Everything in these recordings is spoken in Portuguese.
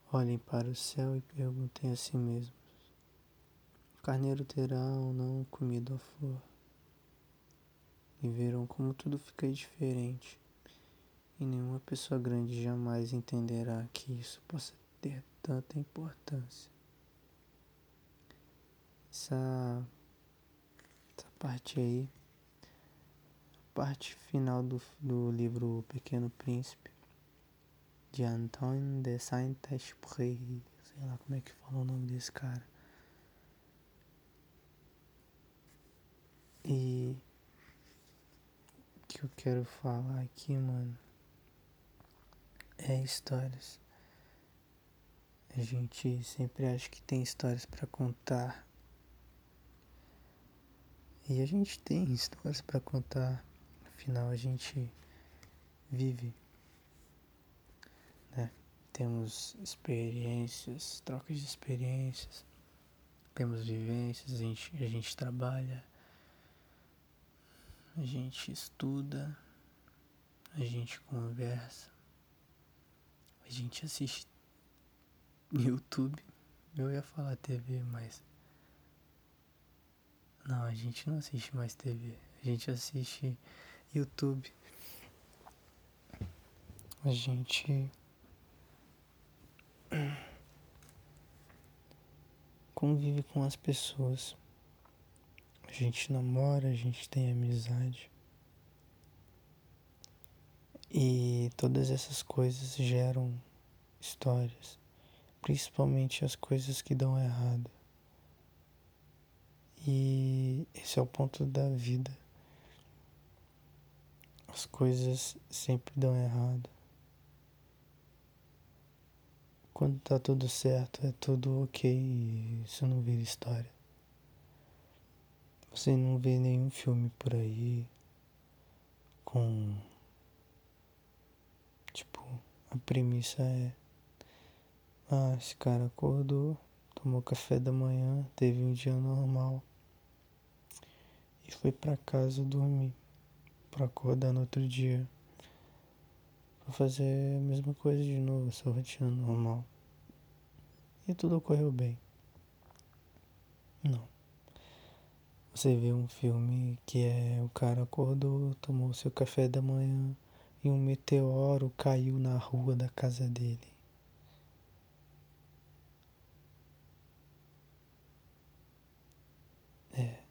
Olhem para o céu e perguntem a si mesmos: o carneiro terá ou não comido a flor? E verão como tudo fica diferente. E nenhuma pessoa grande jamais entenderá que isso possa ter tanta importância. Essa parte aí, a parte final do livro O Pequeno Príncipe, de Antoine de Saint-Exupéry, sei lá como é que fala o nome desse cara. E o que eu quero falar aqui, mano, é histórias. A gente sempre acha que tem histórias pra contar. E a gente tem histórias pra contar. Afinal, a gente vive, né? Temos experiências, trocas de experiências. Temos vivências, a gente trabalha. A gente estuda. A gente conversa. A gente assiste YouTube. Eu ia falar TV, mas... Não, a gente não assiste mais TV. A gente assiste YouTube. A gente convive com as pessoas. A gente namora, a gente tem amizade. E todas essas coisas geram histórias. Principalmente as coisas que dão errado. E esse é o ponto da vida. As coisas sempre dão errado. Quando tá tudo certo, é tudo ok e isso não vira história. Você não vê nenhum filme por aí com... Tipo, a premissa é... esse cara acordou, tomou café da manhã, teve um dia normal e foi pra casa dormir, pra acordar no outro dia, pra fazer a mesma coisa de novo, sua rotina normal. E tudo ocorreu bem. Não. Você vê um filme que é o cara acordou, tomou seu café da manhã e um meteoro caiu na rua da casa dele. É.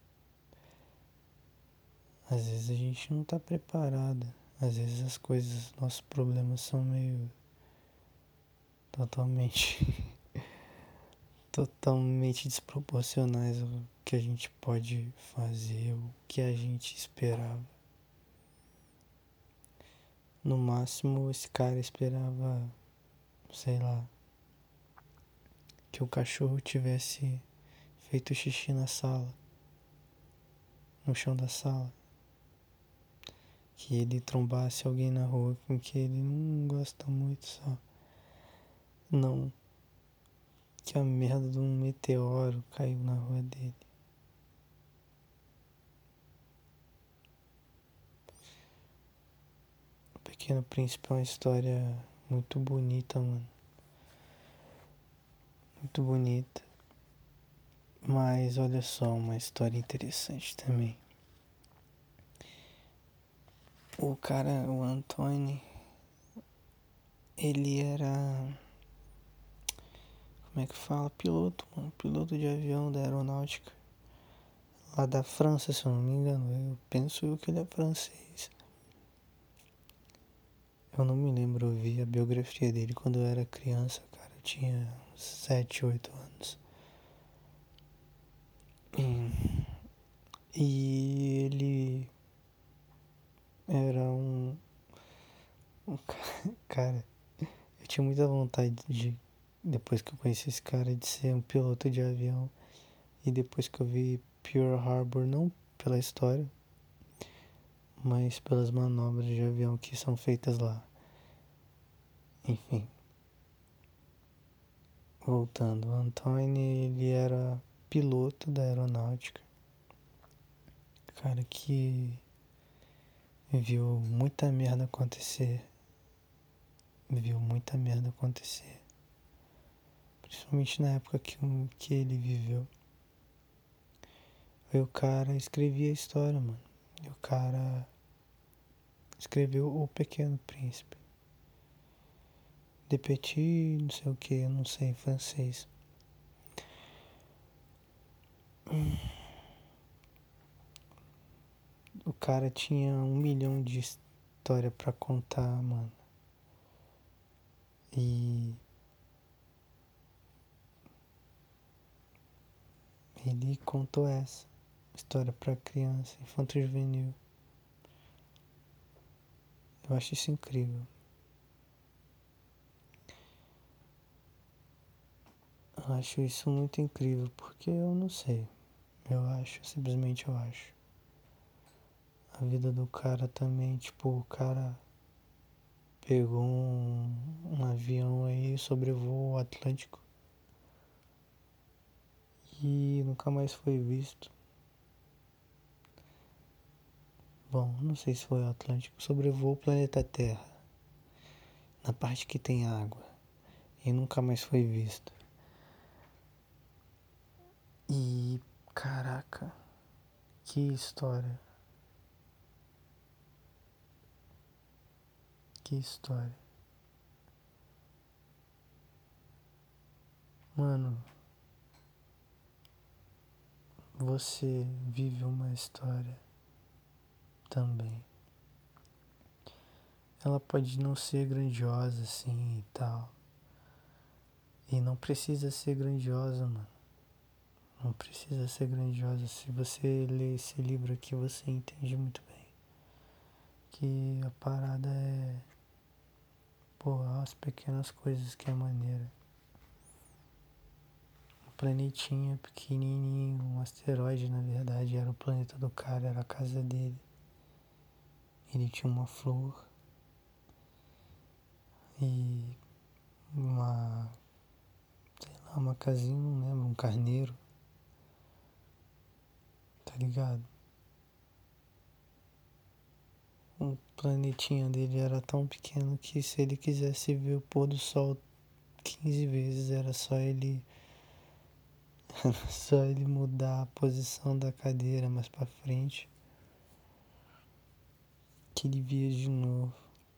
Às vezes a gente não tá preparado. Às vezes as coisas, nossos problemas são meio totalmente totalmente desproporcionais ao que a gente pode fazer, o que a gente esperava. No máximo esse cara esperava, sei lá, que o cachorro tivesse feito xixi na sala, no chão da sala, que ele trombasse alguém na rua com que ele não gosta muito só. Não que a merda de um meteoro caiu na rua dele. O Pequeno Príncipe é uma história muito bonita, mano. Muito bonita. Mas olha só, uma história interessante também. O cara, o Antoine, ele era... Como é que fala? Piloto, mano. Piloto de avião da aeronáutica. Lá da França, se eu não me engano. Eu penso que ele é francês. Eu não me lembro, eu vi a biografia dele quando eu era criança, cara. Eu tinha 7, 8 anos. E ele era um cara. Eu tinha muita vontade de, depois que eu conheci esse cara, de ser um piloto de avião. E depois que eu vi Pearl Harbor, não pela história, mas pelas manobras de avião que são feitas lá. Enfim, voltando, o Antoine, ele era piloto da aeronáutica, cara que viu muita merda acontecer, viu muita merda acontecer. principalmente na época que ele viveu. Aí o cara escrevia a história, mano. E o cara escreveu O Pequeno Príncipe. De Petit, não sei o que, eu não sei em francês. O cara tinha 1 milhão de história pra contar, mano. E ele contou essa história pra criança, infanto-juvenil. Eu acho isso incrível. Eu acho isso muito incrível, porque eu não sei. Eu acho, simplesmente eu acho. A vida do cara também, tipo, o cara pegou um avião aí, sobrevoou o Atlântico e nunca mais foi visto. Bom, não sei se foi o Atlântico, sobrevoou o planeta Terra, na parte que tem água, e nunca mais foi visto. E, caraca, que história, que história. Mano, você vive uma história também. Ela pode não ser grandiosa assim e tal. E não precisa ser grandiosa, mano. Não precisa ser grandiosa. Se você ler esse livro aqui, você entende muito bem. Que a parada é, pô, as pequenas coisas que é maneira. Um planetinha pequenininho, um asteroide, na verdade, era o planeta do cara, era a casa dele. Ele tinha uma flor e uma, sei lá, uma casinha, não lembro, um carneiro, tá ligado? O planetinha dele era tão pequeno que se ele quisesse ver o pôr do sol 15 vezes, era só ele mudar a posição da cadeira mais pra frente que ele via de novo,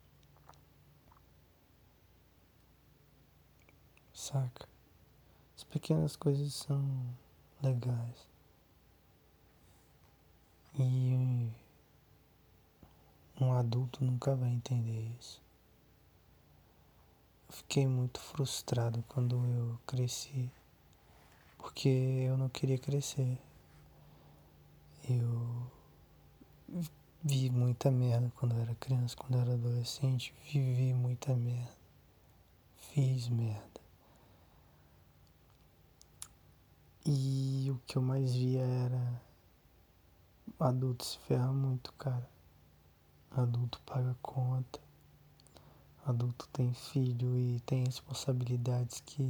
saca? As pequenas coisas são legais. E um adulto nunca vai entender isso. Eu fiquei muito frustrado quando eu cresci, porque eu não queria crescer. Eu vi muita merda quando eu era criança, quando eu era adolescente, vivi muita merda, fiz merda. E o que eu mais via era adulto se ferra muito, cara. Adulto paga conta, adulto tem filho e tem responsabilidades que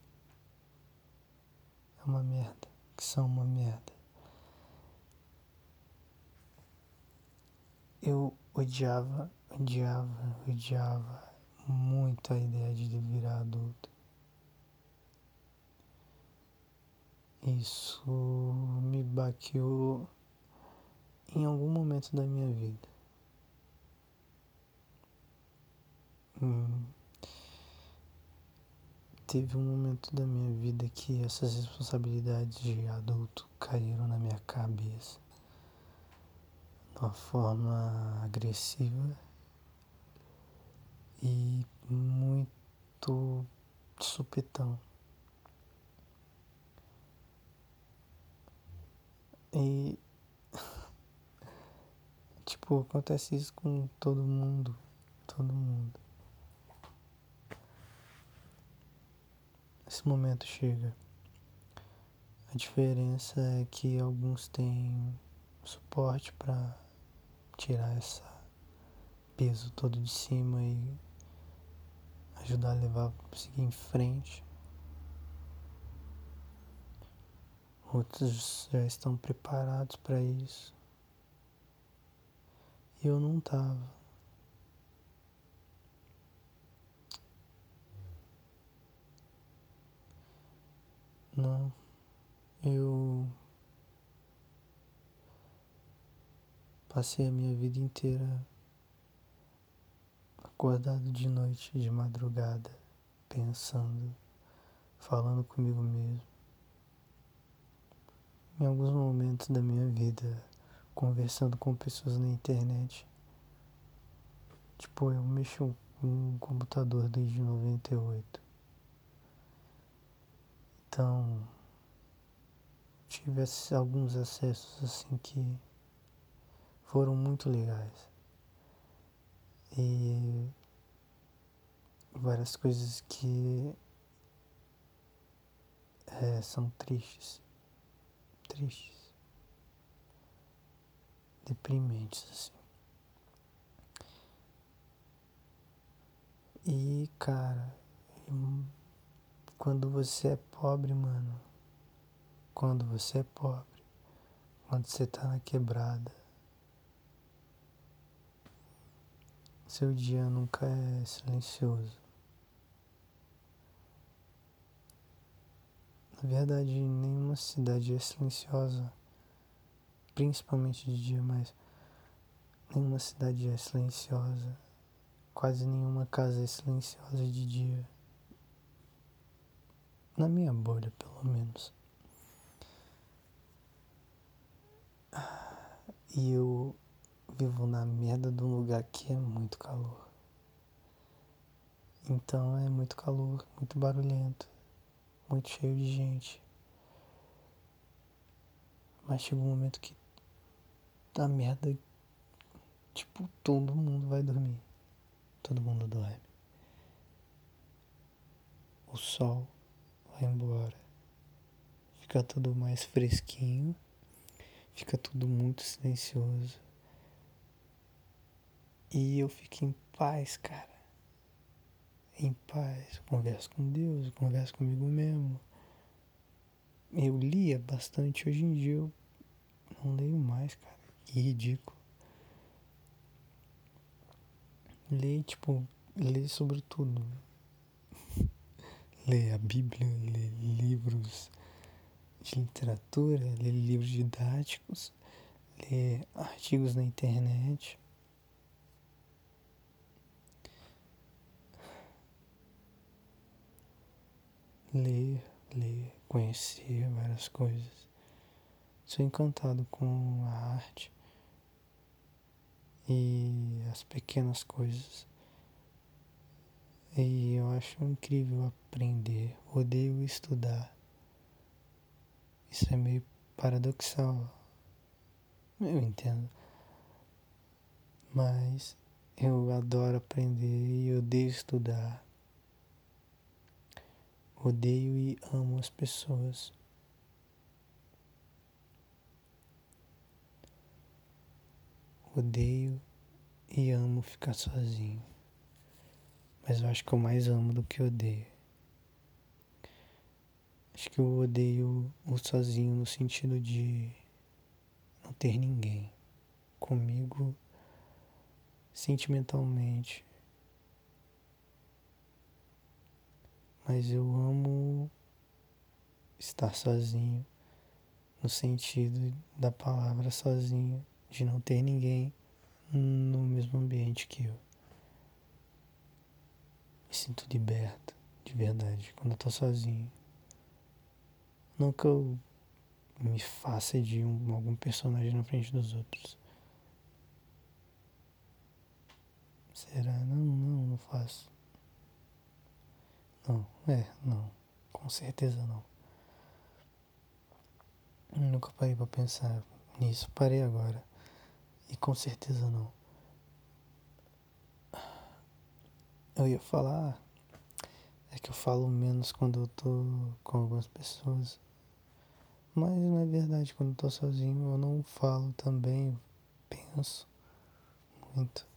é uma merda, que são uma merda. Eu odiava muito a ideia de virar adulto. Isso me baqueou em algum momento da minha vida. Teve um momento da minha vida que essas responsabilidades de adulto caíram na minha cabeça de uma forma agressiva e muito de supetão. E, tipo, acontece isso com todo mundo. Todo mundo. Esse momento chega. A diferença é que alguns têm suporte para tirar esse peso todo de cima e ajudar a levar, seguir em frente. Outros já estão preparados para isso. E eu não tava. passei a minha vida inteira acordado de noite, de madrugada, pensando, falando comigo mesmo. Em alguns momentos da minha vida, conversando com pessoas na internet. Tipo, eu mexo com um computador desde 98. Então, tive alguns acessos assim que foram muito legais. E várias coisas que são tristes, deprimentes, assim. E, cara, quando você é pobre, mano, quando você é pobre, quando você tá na quebrada, seu dia nunca é silencioso. Na verdade, nenhuma cidade é silenciosa, principalmente de dia, mas nenhuma cidade é silenciosa. Quase nenhuma casa é silenciosa de dia. Na minha bolha, pelo menos. E eu vivo na merda de um lugar que é muito calor. Então é muito calor, muito barulhento, muito cheio de gente. Mas chega um momento que a merda, tipo, todo mundo vai dormir. Todo mundo dorme. O sol vai embora. Fica tudo mais fresquinho. Fica tudo muito silencioso. E eu fico em paz, cara. Em paz. Eu converso com Deus, eu converso comigo mesmo. Eu lia bastante. Hoje em dia eu não leio mais, cara. Que ridículo. Ler sobre tudo. Ler a Bíblia, ler livros de literatura, ler livros didáticos, ler artigos na internet. Ler, conhecer várias coisas. Sou encantado com a arte e as pequenas coisas. E eu acho incrível aprender. Odeio estudar. Isso é meio paradoxal. Eu entendo. Mas eu adoro aprender e odeio estudar. Odeio e amo as pessoas. Odeio e amo ficar sozinho. Mas eu acho que eu mais amo do que odeio. Acho que eu odeio o sozinho no sentido de não ter ninguém comigo sentimentalmente. Mas eu amo estar sozinho no sentido da palavra sozinho, de não ter ninguém no mesmo ambiente que eu. Me sinto liberto, de verdade, quando eu tô sozinho. Não que eu me faça de algum personagem na frente dos outros. Será? Não faço. Não. Com certeza não. Nunca parei pra pensar nisso. Parei agora. E com certeza não. Eu ia falar. É que eu falo menos quando eu tô com algumas pessoas. Mas não é verdade, quando eu tô sozinho eu não falo também. Penso muito.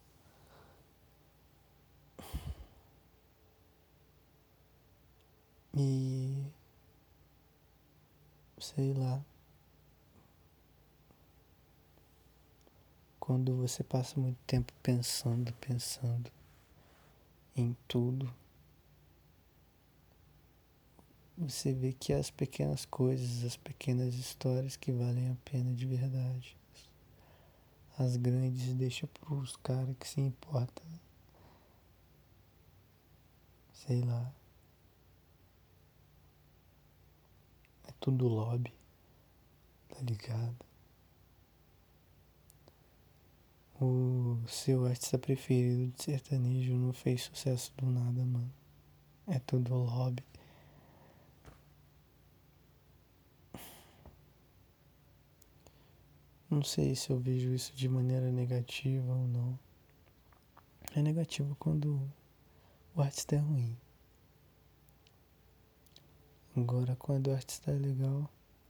E sei lá. Quando você passa muito tempo pensando em tudo, você vê que as pequenas coisas, as pequenas histórias que valem a pena de verdade. as grandes deixa pros caras que se importam. Sei lá. É tudo lobby, tá ligado? O seu artista preferido de sertanejo não fez sucesso do nada, mano. É tudo lobby. Não sei se eu vejo isso de maneira negativa ou não. É negativo quando o artista é ruim. Agora, quando o artista é legal,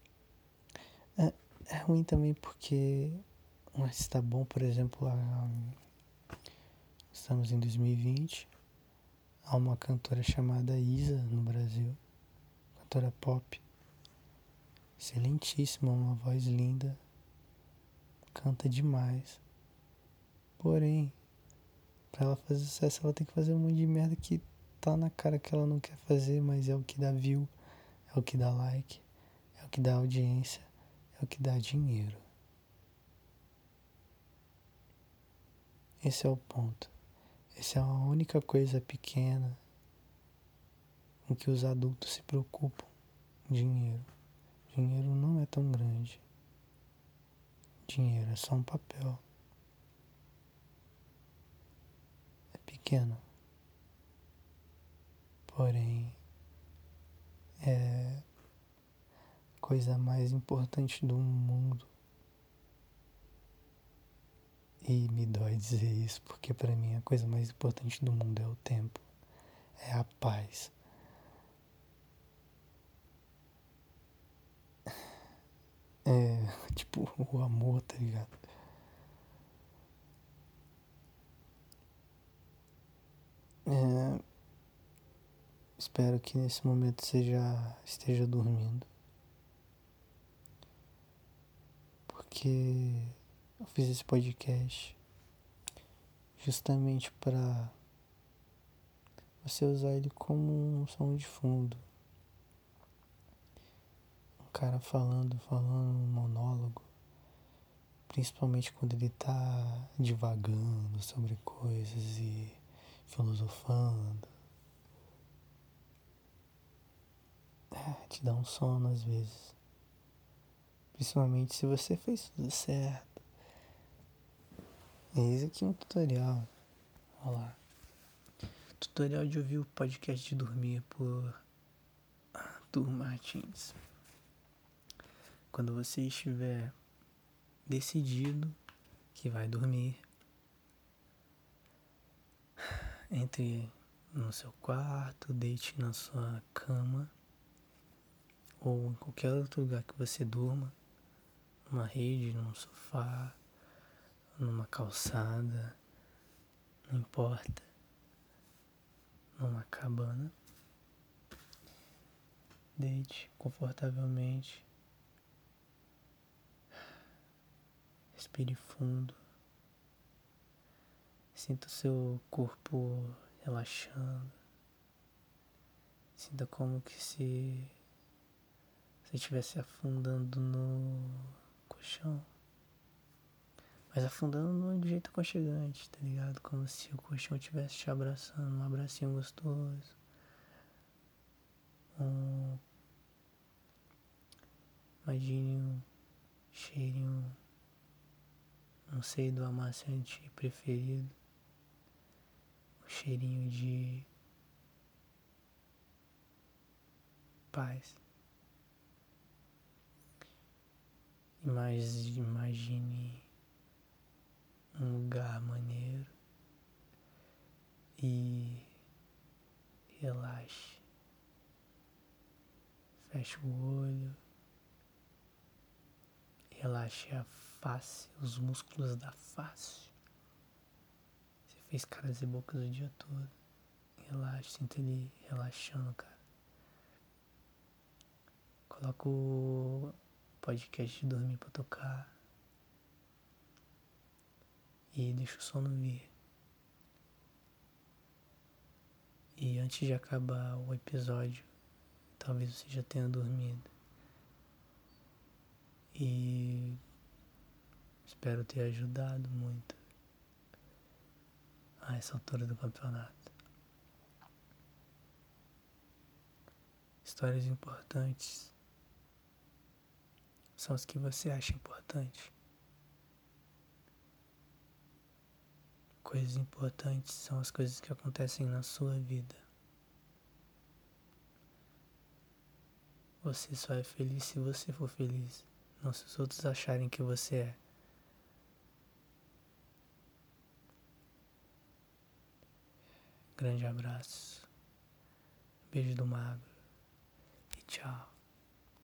é ruim também porque um artista bom, por exemplo, estamos em 2020, há uma cantora chamada Isa no Brasil, cantora pop, excelentíssima, uma voz linda, canta demais. Porém, pra ela fazer sucesso, ela tem que fazer um monte de merda que tá na cara que ela não quer fazer, mas é o que dá view, é o que dá like, é o que dá audiência, é o que dá dinheiro. Esse é o ponto. Essa é a única coisa pequena com que os adultos se preocupam. Dinheiro. Dinheiro não é tão grande. Dinheiro é só um papel. É pequeno. Porém, é a coisa mais importante do mundo. E me dói dizer isso, porque pra mim a coisa mais importante do mundo é o tempo. É a paz. É, tipo, o amor, tá ligado? É, espero que nesse momento você já esteja dormindo. Porque eu fiz esse podcast justamente para você usar ele como um som de fundo. Um cara falando um monólogo. Principalmente quando ele tá divagando sobre coisas e filosofando. Te dá um sono às vezes. Principalmente se você fez tudo certo. Eis aqui um tutorial. Olha lá. Tutorial de ouvir o podcast de dormir por Arthur Martins. Quando você estiver decidido que vai dormir, entre no seu quarto, deite na sua cama ou em qualquer outro lugar que você durma, numa rede, num sofá, numa calçada, não importa, numa cabana. Deite confortavelmente, respire fundo, sinta o seu corpo relaxando, sinta como que se você estivesse afundando no colchão, mas afundando de um jeito aconchegante, tá ligado? Como se o colchão estivesse te abraçando, um abracinho gostoso. Imagine um cheirinho, não sei, do amaciante preferido. Um cheirinho de paz. Imagine um lugar maneiro e relaxe. Feche o olho, relaxe a face, os músculos da face. Você fez caras e bocas o dia todo. Relaxe, sinta ele relaxando, cara. Coloca o podcast de dormir pra tocar e deixa o sono vir. E antes de acabar o episódio, talvez você já tenha dormido. E Espero ter ajudado muito a essa altura do campeonato. Histórias importantes são as que você acha importante. Coisas importantes são as coisas que acontecem na sua vida. Você só é feliz se você for feliz, não se os outros acharem que você é. Grande abraço, beijo do magro e tchau.